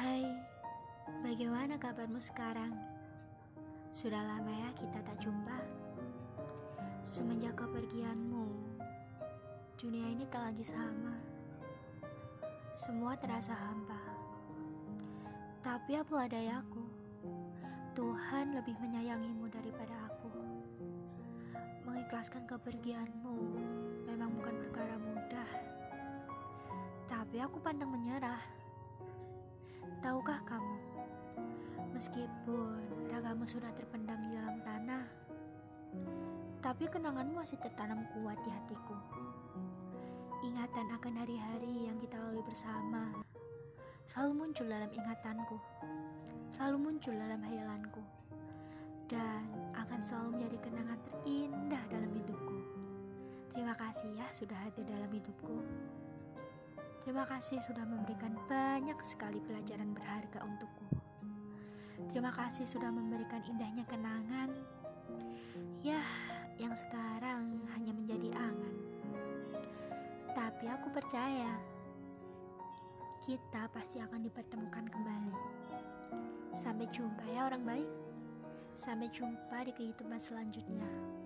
Hai, bagaimana kabarmu sekarang? Sudah lama ya kita tak jumpa. Semenjak kepergianmu, dunia ini tak lagi sama. Semua terasa hampa. Tapi apa dayaku, Tuhan lebih menyayangimu daripada aku. Mengikhlaskan kepergianmu memang bukan perkara mudah. Tapi aku pantang menyerah. Tahukah kamu, meskipun ragamu sudah terpendam di dalam tanah, tapi kenanganmu masih tertanam kuat di hatiku. Ingatan akan hari-hari yang kita lalui bersama selalu muncul dalam ingatanku, selalu muncul dalam hayalanku, dan akan selalu menjadi kenangan terindah dalam hidupku. Terima kasih ya sudah hadir dalam hidupku. Terima kasih sudah memberikan banyak sekali pelajaran berharga untukku. Terima kasih sudah memberikan indahnya kenangan, ya, yang sekarang hanya menjadi angan. Tapi aku percaya kita pasti akan dipertemukan kembali. Sampai jumpa ya orang baik. Sampai jumpa di kehidupan selanjutnya.